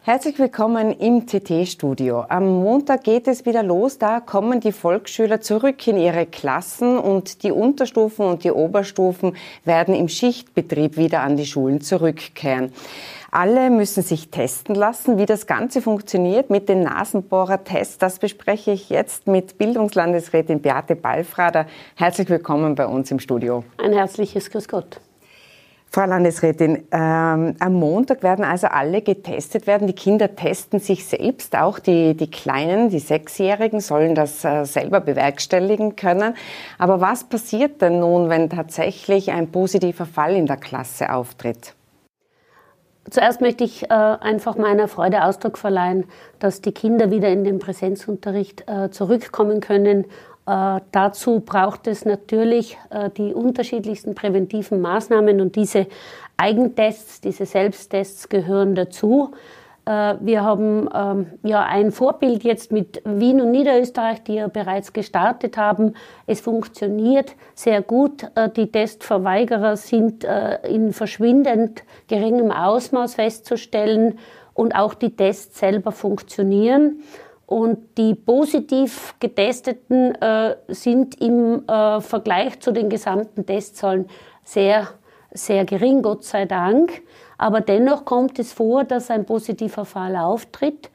Herzlich willkommen im CT-Studio. Am Montag geht es wieder los. Da kommen die Volksschüler zurück in ihre Klassen und die Unterstufen und die Oberstufen werden im Schichtbetrieb wieder an die Schulen zurückkehren. Alle müssen sich testen lassen. Wie das Ganze funktioniert mit den Nasenbohrertests, das bespreche ich jetzt mit Bildungslandesrätin Beate Ballfrader. Herzlich willkommen bei uns im Studio. Ein herzliches Grüß Gott. Frau Landesrätin, am Montag werden also alle getestet werden. Die Kinder testen sich selbst, auch die Kleinen, die Sechsjährigen sollen das selber bewerkstelligen können. Aber was passiert denn nun, wenn tatsächlich ein positiver Fall in der Klasse auftritt? Zuerst möchte ich einfach meiner Freude Ausdruck verleihen, dass die Kinder wieder in den Präsenzunterricht zurückkommen können. Dazu braucht es natürlich die unterschiedlichsten präventiven Maßnahmen und diese Eigentests, diese Selbsttests gehören dazu. Wir haben ein Vorbild jetzt mit Wien und Niederösterreich, die ja bereits gestartet haben. Es funktioniert sehr gut. Die Testverweigerer sind in verschwindend geringem Ausmaß festzustellen und auch die Tests selber funktionieren. Und die positiv Getesteten sind im Vergleich zu den gesamten Testzahlen sehr, sehr gering, Gott sei Dank. Aber dennoch kommt es vor, dass ein positiver Fall auftritt.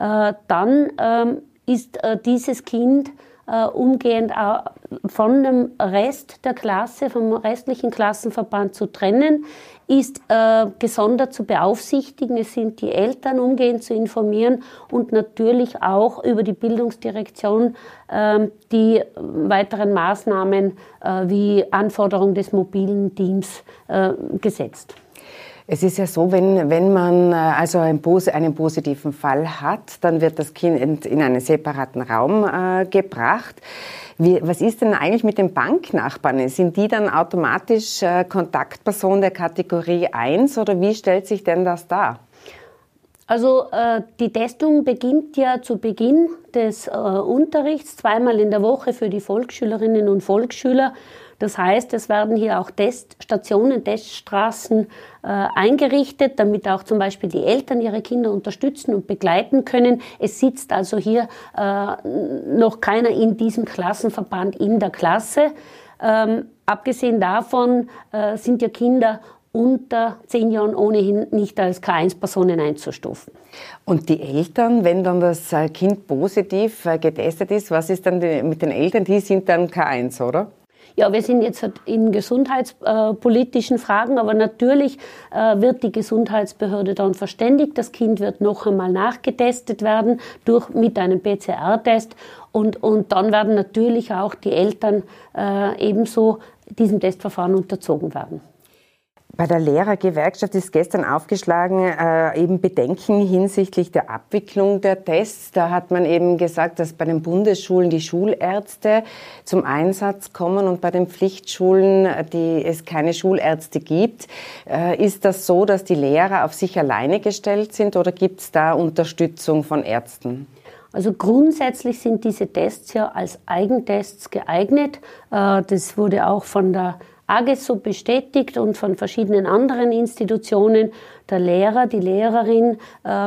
Dann ist dieses Kind umgehend von dem Rest der Klasse, vom restlichen Klassenverband zu trennen, ist gesondert zu beaufsichtigen. Es sind die Eltern umgehend zu informieren und natürlich auch über die Bildungsdirektion die weiteren Maßnahmen wie Anforderung des mobilen Teams gesetzt. Es ist ja so, wenn man also einen positiven Fall hat, dann wird das Kind in einen separaten Raum gebracht. Was ist denn eigentlich mit den Banknachbarn? Sind die dann automatisch Kontaktperson der Kategorie 1 oder wie stellt sich denn das dar? Also die Testung beginnt ja zu Beginn des Unterrichts, zweimal in der Woche für die Volksschülerinnen und Volksschüler. Das heißt, es werden hier auch Teststationen, Teststraßen eingerichtet, damit auch zum Beispiel die Eltern ihre Kinder unterstützen und begleiten können. Es sitzt also hier noch keiner in diesem Klassenverband in der Klasse. Abgesehen davon sind ja Kinder unter 10 Jahren ohnehin nicht als K1-Personen einzustufen. Und die Eltern, wenn dann das Kind positiv getestet ist, was ist dann mit den Eltern? Die sind dann K1, oder? Ja, wir sind jetzt in gesundheitspolitischen Fragen, aber natürlich wird die Gesundheitsbehörde dann verständigt. Das Kind wird noch einmal nachgetestet werden mit einem PCR-Test und dann werden natürlich auch die Eltern ebenso diesem Testverfahren unterzogen werden. Bei der Lehrergewerkschaft ist gestern aufgeschlagen, eben Bedenken hinsichtlich der Abwicklung der Tests. Da hat man eben gesagt, dass bei den Bundesschulen die Schulärzte zum Einsatz kommen und bei den Pflichtschulen es keine Schulärzte gibt. Ist das so, dass die Lehrer auf sich alleine gestellt sind oder gibt es da Unterstützung von Ärzten? Also grundsätzlich sind diese Tests ja als Eigentests geeignet. Das wurde auch von der AGES so bestätigt und von verschiedenen anderen Institutionen. Der Lehrer, die Lehrerin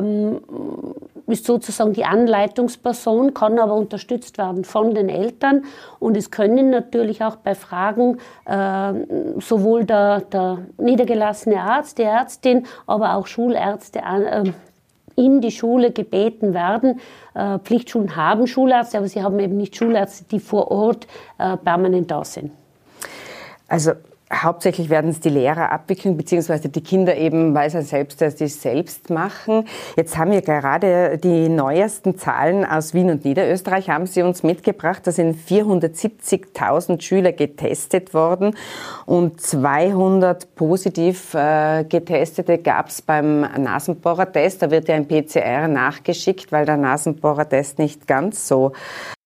ist sozusagen die Anleitungsperson, kann aber unterstützt werden von den Eltern. Und es können natürlich auch bei Fragen sowohl der niedergelassene Arzt, die Ärztin, aber auch Schulärzte in die Schule gebeten werden. Pflichtschulen haben Schulärzte, aber sie haben eben nicht Schulärzte, die vor Ort permanent da sind. Also hauptsächlich werden es die Lehrer abwickeln, beziehungsweise die Kinder eben, weil sie selbst machen. Jetzt haben wir gerade die neuesten Zahlen aus Wien und Niederösterreich, haben Sie uns mitgebracht. Da sind 470.000 Schüler getestet worden und 200 positiv Getestete gab es beim Nasenbohrertest. Da wird ja ein PCR nachgeschickt, weil der Nasenbohrertest nicht ganz so